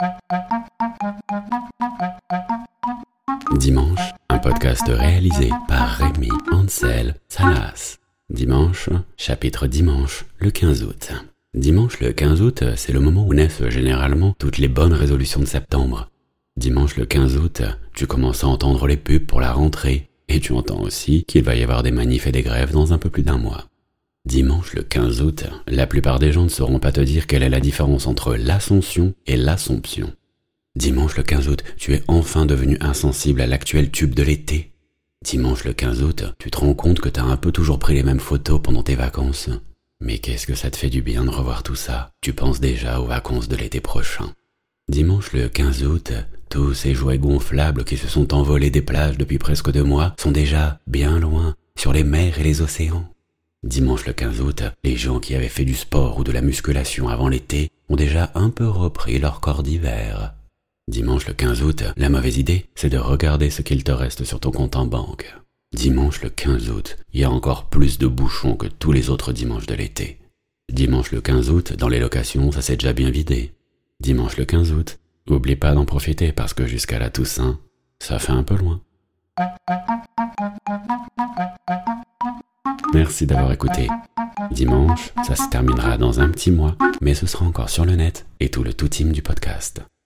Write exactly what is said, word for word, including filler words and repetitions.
Dimanche, un podcast réalisé par Rémi Ansel Salas. Dimanche, chapitre dimanche, le quinze août. Dimanche le quinze août, c'est le moment où naissent généralement toutes les bonnes résolutions de septembre. Dimanche le quinze août, tu commences à entendre les pubs pour la rentrée, et tu entends aussi qu'il va y avoir des manifs et des grèves dans un peu plus d'un mois. Dimanche le quinze août, la plupart des gens ne sauront pas te dire quelle est la différence entre l'Ascension et l'Assomption. Dimanche le quinze août, tu es enfin devenu insensible à l'actuel tube de l'été. Dimanche le quinze août, tu te rends compte que t'as un peu toujours pris les mêmes photos pendant tes vacances. Mais qu'est-ce que ça te fait du bien de revoir tout ça? Tu penses déjà aux vacances de l'été prochain. Dimanche le quinze août, tous ces jouets gonflables qui se sont envolés des plages depuis presque deux mois sont déjà bien loin, sur les mers et les océans. Dimanche le quinze août, les gens qui avaient fait du sport ou de la musculation avant l'été ont déjà un peu repris leur corps d'hiver. Dimanche le quinze août, la mauvaise idée, c'est de regarder ce qu'il te reste sur ton compte en banque. Dimanche le quinze août, il y a encore plus de bouchons que tous les autres dimanches de l'été. Dimanche le quinze août, dans les locations, ça s'est déjà bien vidé. Dimanche le quinze août, oublie pas d'en profiter parce que jusqu'à la Toussaint, ça fait un peu loin. Merci d'avoir écouté. Dimanche, ça se terminera dans un petit mois, mais ce sera encore sur le net et tout le tout team du podcast.